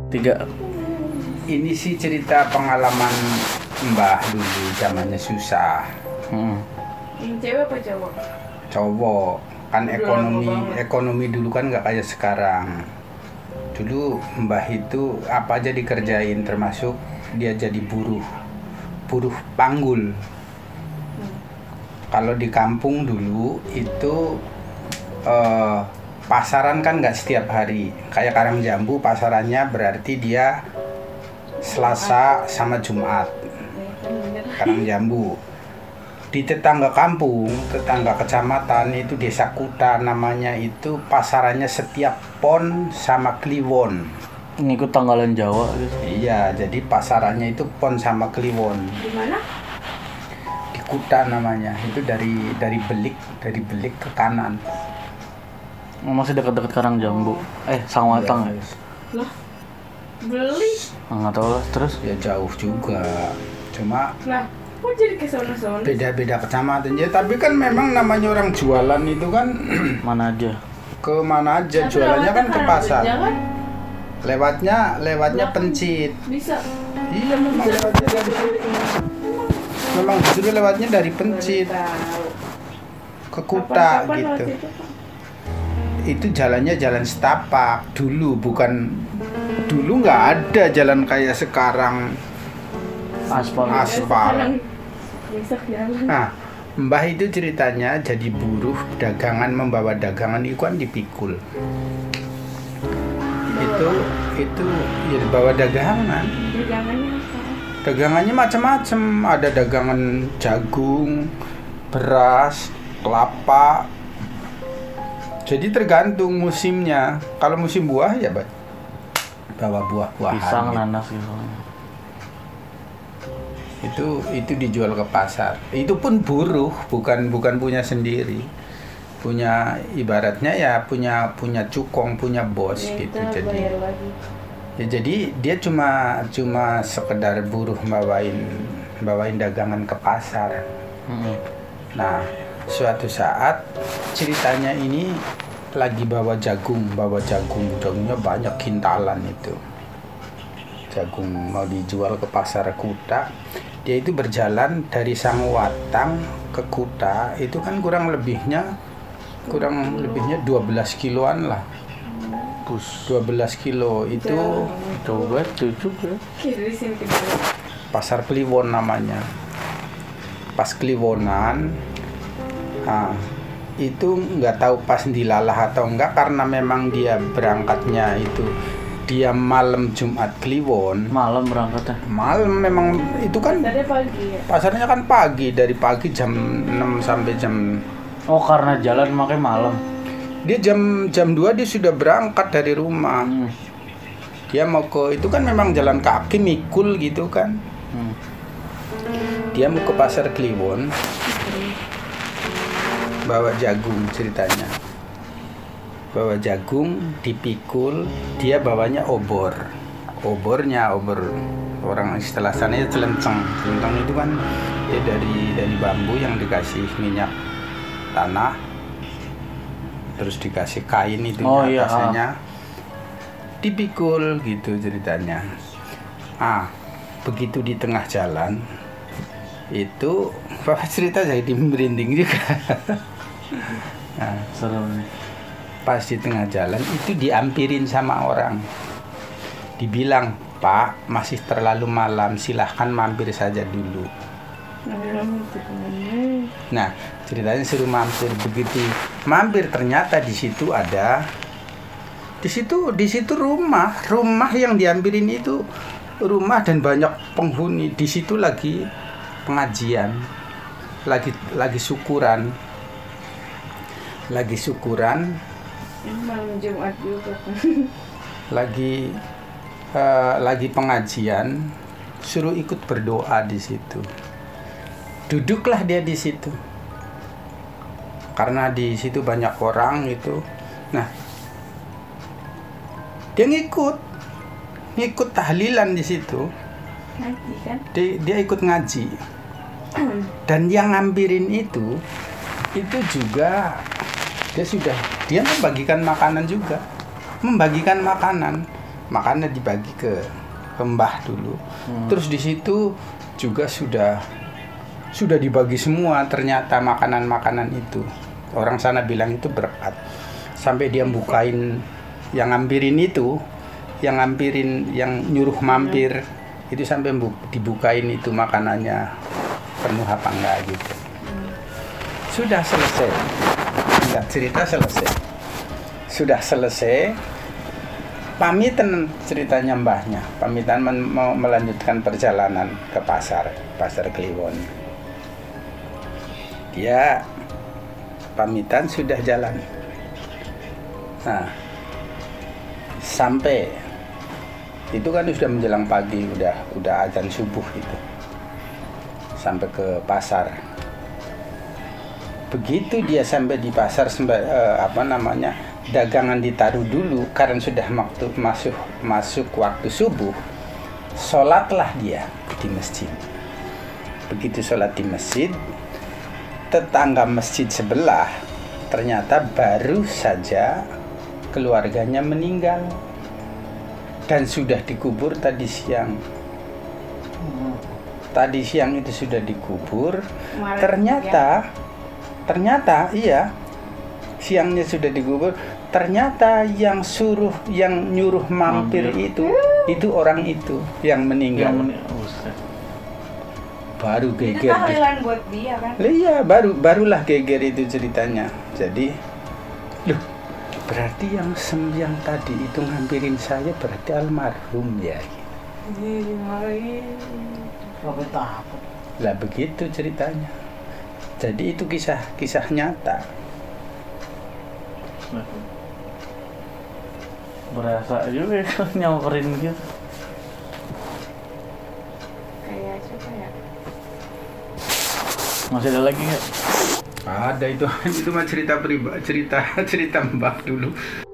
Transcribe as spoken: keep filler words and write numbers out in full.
Tiga. Ini sih cerita pengalaman Mbah dulu zamannya susah. Hmm. Yang cewek apa cowok? Cowok kan Udah ekonomi lama banget. ekonomi dulu kan nggak kayak sekarang. Dulu Mbah itu apa aja dikerjain, termasuk dia jadi buruh buruh panggul. Kalau di kampung dulu itu eh, pasaran kan nggak setiap hari. Kayak Karangjambu pasarannya berarti dia Selasa sama Jumat. Karangjambu. Di tetangga kampung, tetangga kecamatan itu desa Kuta namanya itu pasarannya setiap Pon sama Kliwon. Ngikut tanggalan Jawa gitu. Iya, jadi pasarannya itu Pon sama Kliwon. Di mana? Di Kuta namanya. Itu dari dari Belik, dari Belik ke kanan. Masih dekat-dekat Karangjambu. Eh, Sangwatang ya. Lah, beli. Enggak tahu lah terus. Ya jauh juga. Cuma Lah, kok jadi ke sono-sono? beda-beda kecamatan ya, tapi kan memang namanya orang jualan itu kan Mana aja. ke mana aja Tapi jualannya kan lewatnya ke pasar. Jangan Lewatnya lewatnya Lah. Pencit. bisa. Iya, memang lewatnya dari situ. Memang justru lewatnya dari Pencit Tahu. ke Kuta Kapan-kapan gitu. waktu itu, Pak? Itu jalannya jalan setapak dulu, bukan dulu nggak ada jalan kayak sekarang Aspal. aspal. Sekarang besok jalan. Nah, Mbah itu ceritanya jadi buruh dagangan, membawa dagangan itu kan dipikul. Itu itu ya bawa dagangan. Dagangannya apa? Dagangannya macam-macam, ada dagangan jagung, beras, kelapa. Jadi tergantung musimnya. Kalau musim buah ya Pak, bawa buah-buahan. Pisang, gitu. nanas gitu. Itu itu dijual ke pasar. Itu pun buruh, bukan bukan punya sendiri. Punya ibaratnya ya punya punya cukong, punya bos Ya, gitu. kita Jadi bayar lagi. ya jadi dia cuma cuma sekedar buruh bawain bawain dagangan ke pasar. Hmm. Nah, suatu saat ceritanya ini lagi bawa jagung, bawa jagung, jagungnya banyak kintalan itu. Jagung mau dijual ke pasar Kuta. Dia itu berjalan dari Sangwatang ke Kuta, itu kan kurang lebihnya kurang lebihnya dua belas kiloan lah. Bus. dua belas kilo itu Coba tujuh ya. Kiri sini ke bawah. pasar Kliwon namanya. Pas Kliwonan, nah, itu nggak tahu pas dilalah atau enggak karena memang dia berangkatnya itu dia malam Jumat Kliwon. Malam berangkatnya. Malam memang itu kan Tadi pagi ya. pasarnya kan pagi, dari pagi jam enam sampai jam Oh, karena jalan makanya malam. dia jam jam dua dia sudah berangkat dari rumah. Hmm. Dia mau ke itu kan memang jalan kaki mikul gitu kan. Hmm. Dia mau ke pasar Kliwon bawa jagung ceritanya. Bawa jagung dipikul, dia bawanya obor. Obornya obor orang istilah sana itu celenceng. Celenceng itu kan ya dari dari bambu yang dikasih minyak tanah, terus dikasih kain itu Oh, iya, atasnya dipikul gitu ceritanya. Ah, begitu di tengah jalan itu Bapak cerita jadi merinding juga. Nah, Seru nih. pas di tengah jalan itu diampirin sama orang, dibilang, "Pak, masih terlalu malam, silahkan mampir saja dulu." Nah, ceritanya suruh mampir. Begitu mampir ternyata di situ ada di situ di situ rumah rumah yang diambilin itu rumah dan banyak penghuni. Di situ lagi pengajian, lagi lagi syukuran lagi syukuran Ini malam Jumat juga kan. lagi eh, lagi pengajian, suruh ikut berdoa di situ. Duduklah dia di situ karena di situ banyak orang itu. Nah, dia ngikut ngikut tahlilan di situ. Ngaji kan? Dia, dia ikut ngaji. Dan yang ngampirin itu itu juga dia sudah dia membagikan makanan juga, membagikan makanan. makanya dibagi ke Mbah dulu. Hmm. Terus di situ juga sudah sudah dibagi semua ternyata makanan-makanan itu. Orang sana bilang itu berkat. Sampai dia bukain yang ngampirin itu, yang ngampirin, yang nyuruh mampir itu sampai bu- dibukain itu makanannya penuh apa enggak gitu. Sudah selesai. Sudah cerita selesai. Sudah selesai. Pamitan ceritanya mbahnya. Pamitan men- mau melanjutkan perjalanan ke pasar, pasar Kliwon. Dia pamitan sudah jalan. Nah, sampai itu kan sudah menjelang pagi, udah udah azan subuh itu. Sampai ke pasar. Begitu dia sampai di pasar semba- eh, apa namanya? dagangan ditaruh dulu karena sudah waktu masuk masuk waktu subuh. Sholatlah dia di masjid. Begitu sholat di masjid, tetangga masjid sebelah ternyata baru saja keluarganya meninggal dan sudah dikubur tadi siang. Tadi siang itu sudah dikubur. Kemarin Ternyata, ternyata iya, siangnya sudah dikubur. Ternyata yang suruh, yang nyuruh mampir Mampir. itu, itu orang itu yang meninggal. Yang meni- Buset. Baru Itu geger. tahlilan buat dia kan. Lah iya, baru barulah geger itu ceritanya. Jadi, loh, berarti yang sem yang tadi itu ngampirin saya berarti almarhum ya. Iya, dimarahin. Sampai takut. Lah begitu ceritanya. Jadi itu kisah-kisah nyata. Berasa juga ya, nyamperin gitu. Kayak siapa ya? Masih ada lagi nggak? Ada itu itu mah cerita pribadi, cerita cerita Mbak dulu.